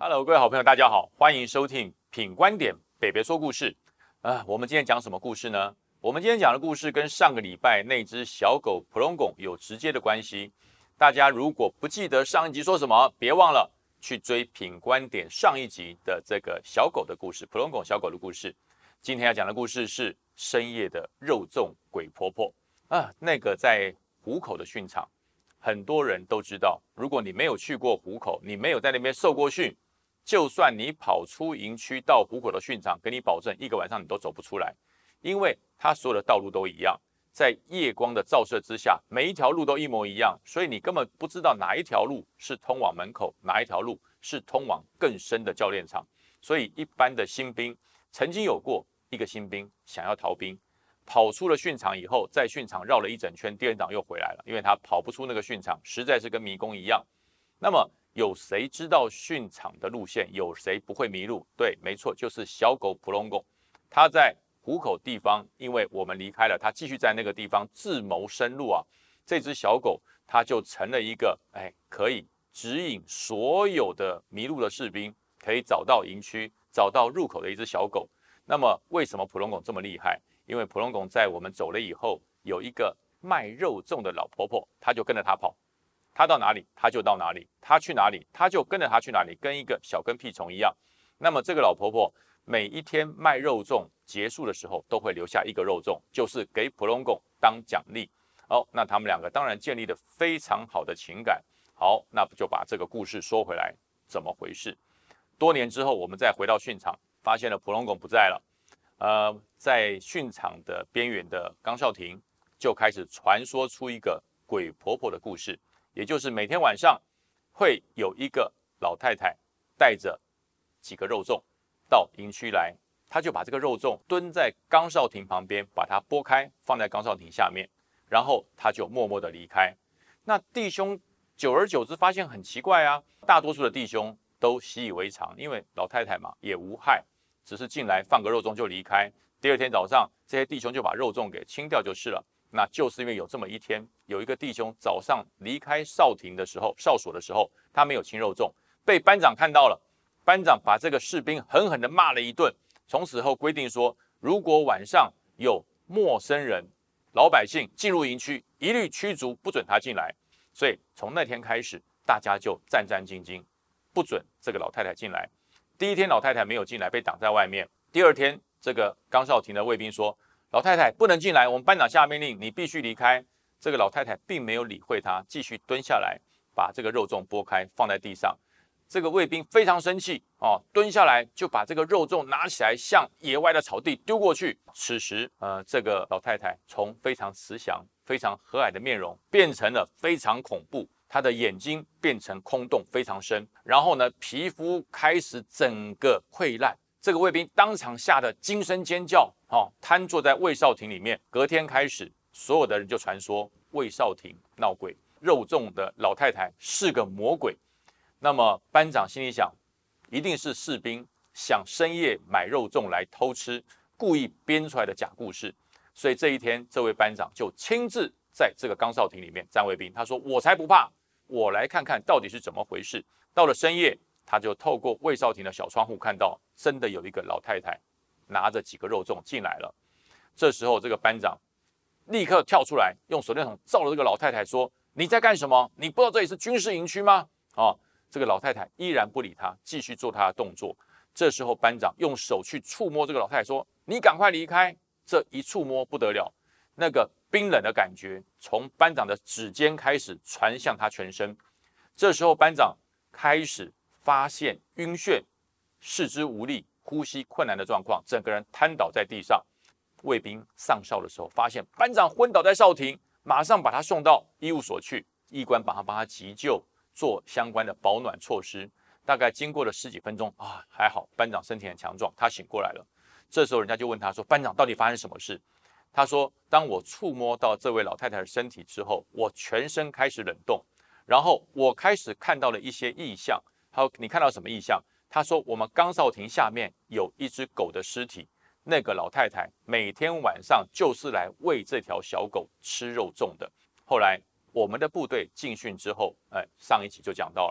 Hello， 各位好朋友，大家好，欢迎收听品观点北北说故事。我们今天讲什么故事呢？我们今天讲的故事跟上个礼拜那只小狗普隆拱有直接的关系。大家如果不记得上一集说什么，别忘了去追品观点上一集的这个小狗的故事，普隆拱小狗的故事。今天要讲的故事是深夜的肉粽鬼婆婆那个在湖口的训场，很多人都知道，如果你没有去过湖口，你没有在那边受过训，就算你跑出营区到湖口的训场，跟你保证一个晚上你都走不出来，因为它所有的道路都一样，在夜光的照射之下，每一条路都一模一样，所以你根本不知道哪一条路是通往门口，哪一条路是通往更深的教练场。所以一般的新兵，曾经有过一个新兵想要逃兵，跑出了训场以后，在训场绕了一整圈，第二天早上又回来了，因为他跑不出那个训场，实在是跟迷宫一样。那么有谁知道训场的路线？有谁不会迷路？对，没错，就是小狗普隆拱。他在湖口地方，因为我们离开了，他继续在那个地方自谋生路啊。这只小狗，它就成了一个可以指引所有的迷路的士兵，可以找到营区、找到入口的一只小狗。那么为什么普隆拱这么厉害？因为普隆拱在我们走了以后，有一个卖肉粽的老婆婆，她就跟着他跑。他到哪里，他就到哪里；他去哪里，他就跟着他去哪里，跟一个小跟屁虫一样。那么这个老婆婆每一天卖肉粽结束的时候，都会留下一个肉粽，就是给普隆拱当奖励。那他们两个当然建立了非常好的情感。好，那就把这个故事说回来，怎么回事？多年之后，我们再回到训场，发现了普隆拱不在了。在训场的边缘的岗哨亭，就开始传说出一个鬼婆婆的故事。也就是每天晚上会有一个老太太带着几个肉粽到营区来，她就把这个肉粽蹲在岗哨亭旁边，把它剥开放在岗哨亭下面，然后她就默默的离开。那弟兄久而久之发现很奇怪啊，大多数的弟兄都习以为常，因为老太太嘛也无害，只是进来放个肉粽就离开。第二天早上，这些弟兄就把肉粽给清掉就是了。那就是因为有这么一天，有一个弟兄早上离开哨亭的时候，哨所的时候，他没有清肉粽，被班长看到了。班长把这个士兵狠狠地骂了一顿。从此后规定说，如果晚上有陌生人、老百姓进入营区，一律驱逐，不准他进来。所以从那天开始，大家就战战兢兢，不准这个老太太进来。第一天老太太没有进来，被挡在外面。第二天，这个岗哨亭的卫兵说，老太太不能进来，我们班长下命令，你必须离开。这个老太太并没有理会他，继续蹲下来，把这个肉粽剥开放在地上。这个卫兵非常生气蹲下来就把这个肉粽拿起来，向野外的草地丢过去。此时，这个老太太从非常慈祥、非常和蔼的面容，变成了非常恐怖。她的眼睛变成空洞，非常深，然后呢，皮肤开始整个溃烂。这个卫兵当场吓得惊声尖叫，瘫坐在卫哨亭里面。隔天开始，所有的人就传说卫哨亭闹鬼，肉粽的老太太是个魔鬼。那么班长心里想，一定是士兵想深夜买肉粽来偷吃，故意编出来的假故事。所以这一天，这位班长就亲自在这个岗哨亭里面站卫兵。他说：“我才不怕，我来看看到底是怎么回事。”到了深夜，他就透过卫哨亭的小窗户看到，真的有一个老太太拿着几个肉粽进来了。这时候，这个班长立刻跳出来，用手电筒照了这个老太太，说：“你在干什么？你不知道这里是军事营区吗？”这个老太太依然不理他，继续做他的动作。这时候，班长用手去触摸这个老太太，说：“你赶快离开！”这一触摸不得了，那个冰冷的感觉从班长的指尖开始传向他全身。这时候，班长开始发现晕眩、四肢无力、呼吸困难的状况，整个人瘫倒在地上。卫兵上哨的时候，发现班长昏倒在哨亭，马上把他送到医务所去。医官帮他急救，做相关的保暖措施。大概经过了10几分钟还好，班长身体很强壮，他醒过来了。这时候人家就问他说：“班长，到底发生什么事？”他说：“当我触摸到这位老太太的身体之后，我全身开始冷冻，然后我开始看到了一些异象。”他说：“你看到什么异象？”他说：“我们岗哨亭下面有一只狗的尸体，那个老太太每天晚上就是来喂这条小狗吃肉粽的。”后来我们的部队进训之后，上一集就讲到了，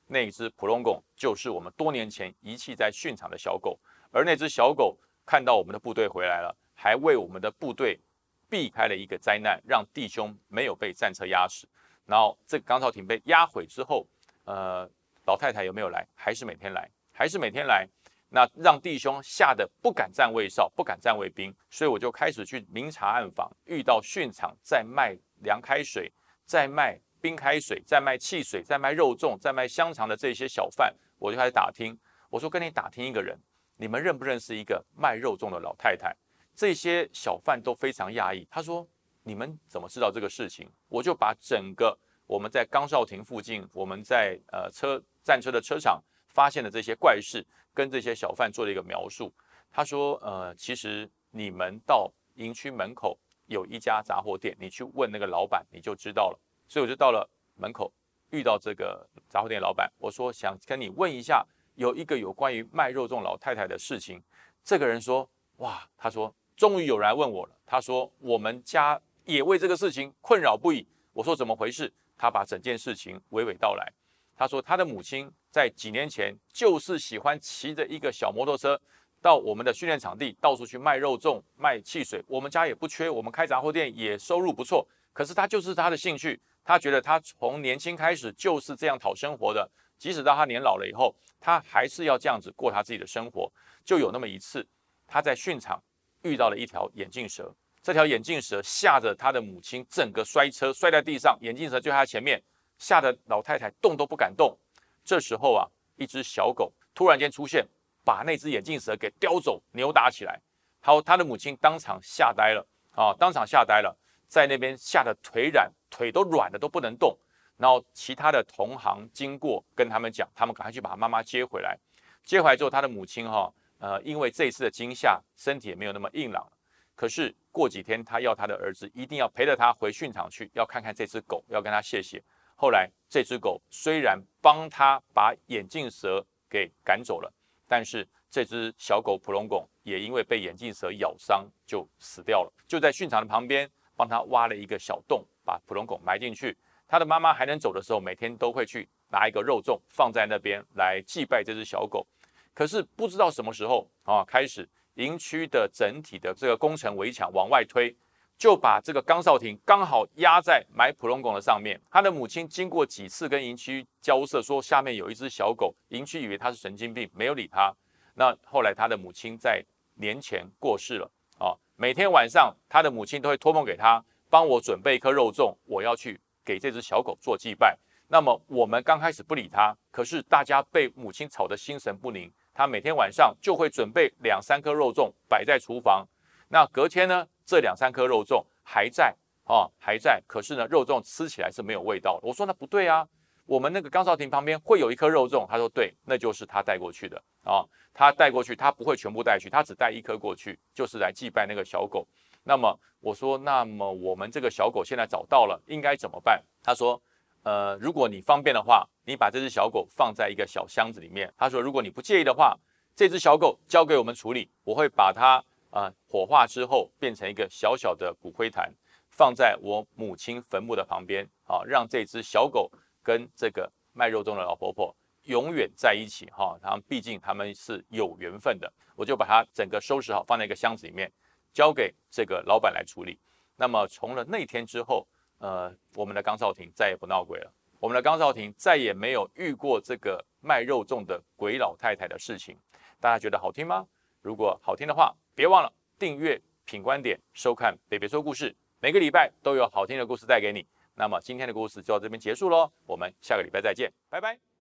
那一只普龙拱就是我们多年前遗弃在训场的小狗，而那只小狗看到我们的部队回来了，还为我们的部队避开了一个灾难，让弟兄没有被战车压死。然后这个岗哨亭被压毁之后，老太太有没有来？还是每天来，还是每天来。那让弟兄吓得不敢站卫哨，不敢站卫兵，所以我就开始去明察暗访，遇到训场在卖凉开水，在卖冰开水，在卖汽水，在卖肉粽，在卖香肠的这些小贩，我就开始打听。我说跟你打听一个人，你们认不认识一个卖肉粽的老太太？这些小贩都非常讶异。他说你们怎么知道这个事情？我就把整个我们在岗哨亭附近，我们在战车的车场发现的这些怪事，跟这些小贩做了一个描述。他说其实你们到营区门口有一家杂货店，你去问那个老板你就知道了。所以我就到了门口，遇到这个杂货店老板，我说想跟你问一下，有一个有关于卖肉粽老太太的事情。这个人说哇，他说终于有人来问我了。他说我们家也为这个事情困扰不已。我说怎么回事？他把整件事情娓娓道来。他说他的母亲在几年前就是喜欢骑着一个小摩托车到我们的训练场地，到处去卖肉粽、卖汽水。我们家也不缺，我们开杂货店也收入不错。可是他就是他的兴趣，他觉得他从年轻开始就是这样讨生活的，即使到他年老了以后，他还是要这样子过他自己的生活。就有那么一次，他在训场遇到了一条眼镜蛇，这条眼镜蛇吓得他的母亲整个摔车，摔在地上，眼镜蛇就在他前面，吓得老太太动都不敢动。这时候啊，一只小狗突然间出现，把那只眼镜蛇给叼走，扭打起来。他的母亲当场吓呆了当场吓呆了，在那边吓得腿都软了，都不能动。然后其他的同行经过跟他们讲，他们赶快去把妈妈接回来。接回来之后，他的母亲因为这一次的惊吓，身体也没有那么硬朗了。可是过几天，他要他的儿子一定要陪着他回训场去，要看看这只狗，要跟他谢谢。后来这只狗虽然帮他把眼镜蛇给赶走了，但是这只小狗普龙拱也因为被眼镜蛇咬伤就死掉了。就在训场的旁边帮他挖了一个小洞，把普龙拱埋进去。他的妈妈还能走的时候，每天都会去拿一个肉粽放在那边来祭拜这只小狗。可是不知道什么时候开始营区的整体的这个工程围墙往外推，就把这个岗哨亭刚好压在埋普龙拱的上面。他的母亲经过几次跟营区交涉，说下面有一只小狗，营区以为他是神经病，没有理他。那后来他的母亲在年前过世了每天晚上他的母亲都会托梦给他，帮我准备一颗肉粽，我要去给这只小狗做祭拜。那么我们刚开始不理他，可是大家被母亲吵得心神不宁，他每天晚上就会准备2-3颗肉粽摆在厨房。那隔天呢，这2-3颗肉粽还在还在，可是呢，肉粽吃起来是没有味道的。我说那不对啊，我们那个岗哨亭旁边会有一颗肉粽。他说对，那就是他带过去的他带过去，他不会全部带去，他只带1颗过去，就是来祭拜那个小狗。那么我说，那么我们这个小狗现在找到了，应该怎么办？他说如果你方便的话，你把这只小狗放在一个小箱子里面。他说如果你不介意的话，这只小狗交给我们处理，我会把它火化之后变成一个小小的骨灰坛，放在我母亲坟墓的旁边让这只小狗跟这个卖肉粽的老婆婆永远在一起毕竟他们是有缘分的。我就把它整个收拾好，放在一个箱子里面，交给这个老板来处理。那么从了那天之后我们的岗哨亭再也不闹鬼了，我们的岗哨亭再也没有遇过这个卖肉粽的鬼老太太的事情。大家觉得好听吗？如果好听的话，别忘了订阅品观点，收看北北说故事，每个礼拜都有好听的故事带给你。那么今天的故事就到这边结束咯，我们下个礼拜再见，拜拜。